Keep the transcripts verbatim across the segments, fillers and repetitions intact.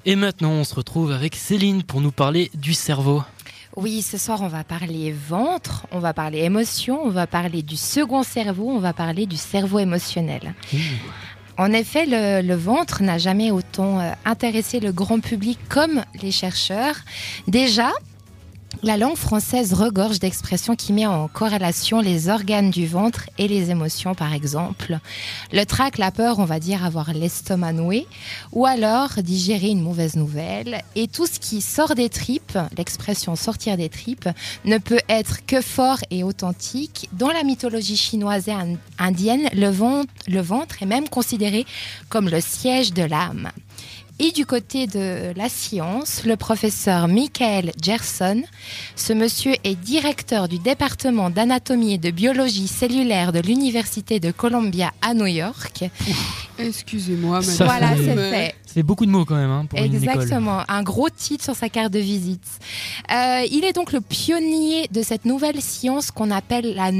Et maintenant, on se retrouve avec Céline pour nous parler du cerveau. Oui, ce soir, on va parler ventre, on va parler émotion, on va parler du second cerveau, on va parler du cerveau émotionnel. Mmh. En effet, le, le ventre n'a jamais autant euh, intéressé le grand public comme les chercheurs. Déjà, la langue française regorge d'expressions qui mettent en corrélation les organes du ventre et les émotions, par exemple. Le trac, la peur, on va dire avoir l'estomac noué, ou alors digérer une mauvaise nouvelle. Et tout ce qui sort des tripes, l'expression sortir des tripes, ne peut être que fort et authentique. Dans la mythologie chinoise et indienne, le ventre, le ventre est même considéré comme le siège de l'âme. Et du côté de la science, le professeur Michael Gerson, ce monsieur est directeur du département d'anatomie et de biologie cellulaire de l'université de Columbia à New York. Ouf, excusez-moi, madame. Ça Voilà, fait- c'est fait. C'est beaucoup de mots quand même hein, pour une école. Exactement, un gros titre sur sa carte de visite. Euh, il est donc le pionnier de cette nouvelle science qu'on appelle la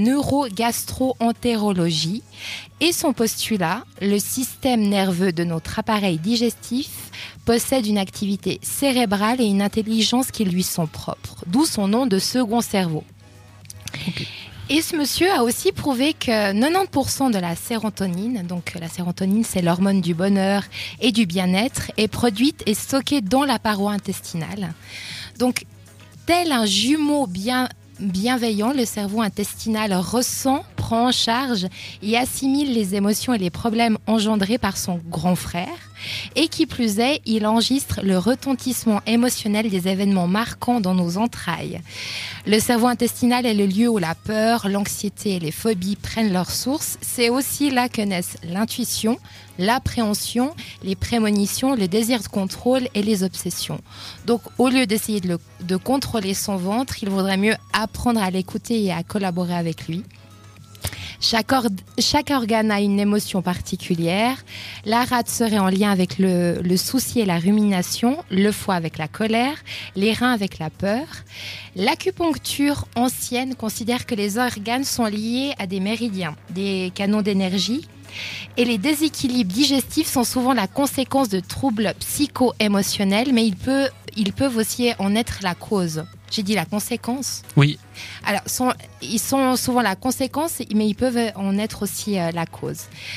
neurogastro-entérologie. Et son postulat, le système nerveux de notre appareil digestif possède une activité cérébrale et une intelligence qui lui sont propres, d'où son nom de second cerveau. Okay. Et ce monsieur a aussi prouvé que quatre-vingt-dix pour cent de la sérotonine, donc la sérotonine c'est l'hormone du bonheur et du bien-être, est produite et stockée dans la paroi intestinale. Donc tel un jumeau bien bienveillant, le cerveau intestinal ressent, prend en charge et assimile les émotions et les problèmes engendrés par son grand frère. Et qui plus est, il enregistre le retentissement émotionnel des événements marquants dans nos entrailles. Le cerveau intestinal est le lieu où la peur, l'anxiété et les phobies prennent leur source. C'est aussi là que naissent l'intuition, l'appréhension, les prémonitions, le désir de contrôle et les obsessions. Donc, au lieu d'essayer de, le, de contrôler son ventre, il vaudrait mieux apprendre à l'écouter et à collaborer avec lui. Chaque, or- chaque organe a une émotion particulière. La rate serait en lien avec le, le souci et la rumination, le foie avec la colère, les reins avec la peur. L'acupuncture ancienne considère que les organes sont liés à des méridiens, des canaux d'énergie. Et les déséquilibres digestifs sont souvent la conséquence de troubles psycho-émotionnels, mais ils peuvent, ils peuvent aussi en être la cause. J'ai dit la conséquence ? Oui. Alors, sont, ils sont souvent la conséquence, mais ils peuvent en être aussi euh, la cause.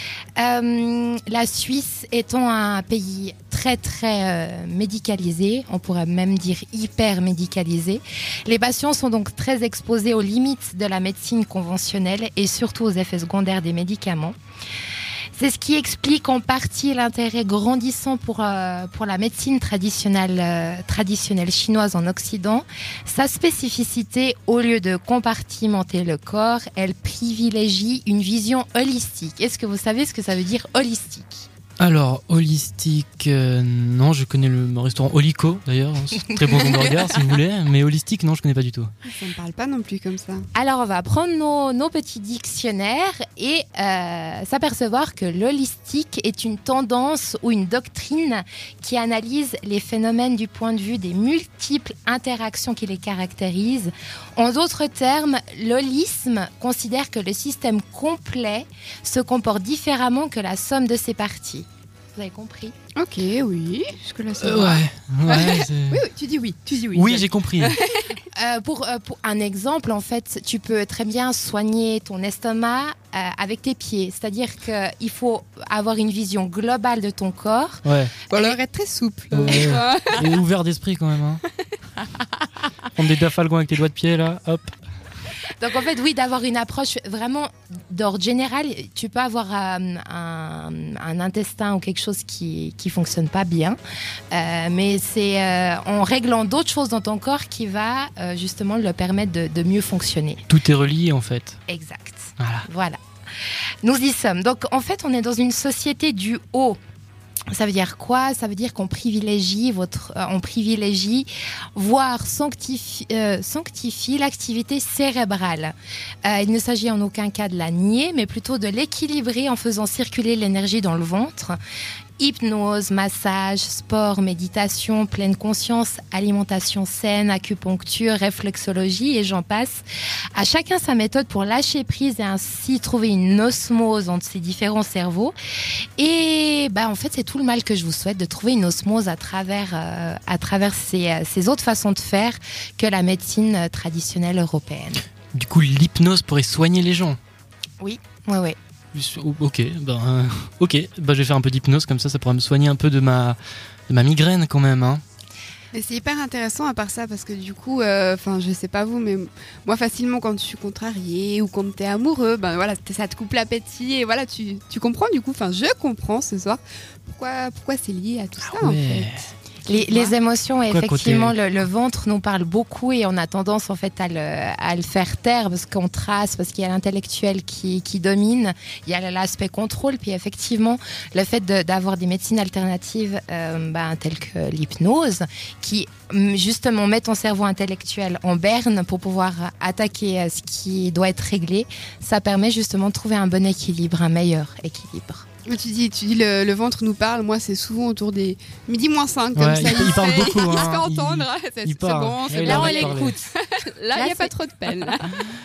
Euh, la Suisse étant un pays très, très euh, médicalisé, on pourrait même dire hyper médicalisé, les patients sont donc très exposés aux limites de la médecine conventionnelle et surtout aux effets secondaires des médicaments. C'est ce qui explique en partie l'intérêt grandissant pour, euh, pour la médecine traditionnelle, euh, traditionnelle chinoise en Occident. Sa spécificité, au lieu de compartimenter le corps, elle privilégie une vision holistique. Est-ce que vous savez ce que ça veut dire holistique ? Alors, holistique, euh, non, je connais le restaurant Holico d'ailleurs, très bon hamburger si vous voulez, mais holistique, non, je connais pas du tout. Ça me parle pas non plus comme ça. Alors, on va prendre nos, nos petits dictionnaires et euh, s'apercevoir que l'holistique est une tendance ou une doctrine qui analyse les phénomènes du point de vue des multiples interactions qui les caractérisent. En d'autres termes, l'holisme considère que le système complet se comporte différemment que la somme de ses parties. Vous avez compris ? Ok, oui, jusque-là ça Euh, va. ouais, ouais. c'est- Oui, oui, tu dis oui, tu dis oui. Oui, j'ai compris. Euh, pour, euh, pour un exemple, en fait, tu peux très bien soigner ton estomac euh, avec tes pieds. C'est-à-dire qu'il faut avoir une vision globale de ton corps. Ouais. Ou alors être très souple. Ouais. Et ouvert d'esprit quand même. Hein. Prendre des dafalgons avec tes doigts de pied là, hop. Donc en fait, oui, d'avoir une approche vraiment d'ordre général. Tu peux avoir euh, un, un intestin ou quelque chose qui qui fonctionne pas bien, euh, mais c'est euh, en réglant d'autres choses dans ton corps qui va euh, justement le permettre de, de mieux fonctionner. Tout est relié en fait. Exact. Voilà. Voilà. Nous y sommes. Donc en fait, on est dans une société du haut. Ça veut dire quoi ? Ça veut dire qu'on privilégie votre, euh, on privilégie, voire sanctifie, euh, sanctifie l'activité cérébrale. Euh, il ne s'agit en aucun cas de la nier, mais plutôt de l'équilibrer en faisant circuler l'énergie dans le ventre. Hypnose, massage, sport, méditation, pleine conscience, alimentation saine, acupuncture, réflexologie et j'en passe. À chacun sa méthode pour lâcher prise et ainsi trouver une osmose entre ces différents cerveaux. Et bah, en fait, c'est tout le mal que je vous souhaite, de trouver une osmose à travers, euh, à travers ces, ces autres façons de faire que la médecine traditionnelle européenne. Du coup, l'hypnose pourrait soigner les gens. Oui, oui, oui. Ok, ben, euh, ok, ben, je vais faire un peu d'hypnose, comme ça, ça pourra me soigner un peu de ma, de ma migraine quand même. Hein. Et c'est hyper intéressant à part ça parce que du coup, enfin, euh, je sais pas vous, mais moi facilement quand je suis contrariée ou quand t'es amoureux, ben voilà, ça te coupe l'appétit et voilà, tu, tu comprends du coup. Enfin, je comprends ce soir pourquoi, pourquoi c'est lié à tout ça ah ouais. en fait. Les, les émotions, Quoi, effectivement, côté... le, le ventre nous parle beaucoup et on a tendance en fait à le, à le faire taire parce qu'on trace, parce qu'il y a l'intellectuel qui, qui domine, il y a l'aspect contrôle, puis effectivement, le fait de, d'avoir des médecines alternatives euh, bah, telles que l'hypnose, qui justement met ton cerveau intellectuel en berne pour pouvoir attaquer ce qui doit être réglé, ça permet justement de trouver un bon équilibre, un meilleur équilibre. Tu dis, tu dis le, le ventre nous parle, moi c'est souvent autour des midi moins cinq comme ouais, ça. Il, il, il parle fait, beaucoup. Il hein. se fait entendre, il, c'est, il c'est parle. bon, c'est Ouais, là on l'écoute. l'écoute. Là il n'y a pas trop de peine.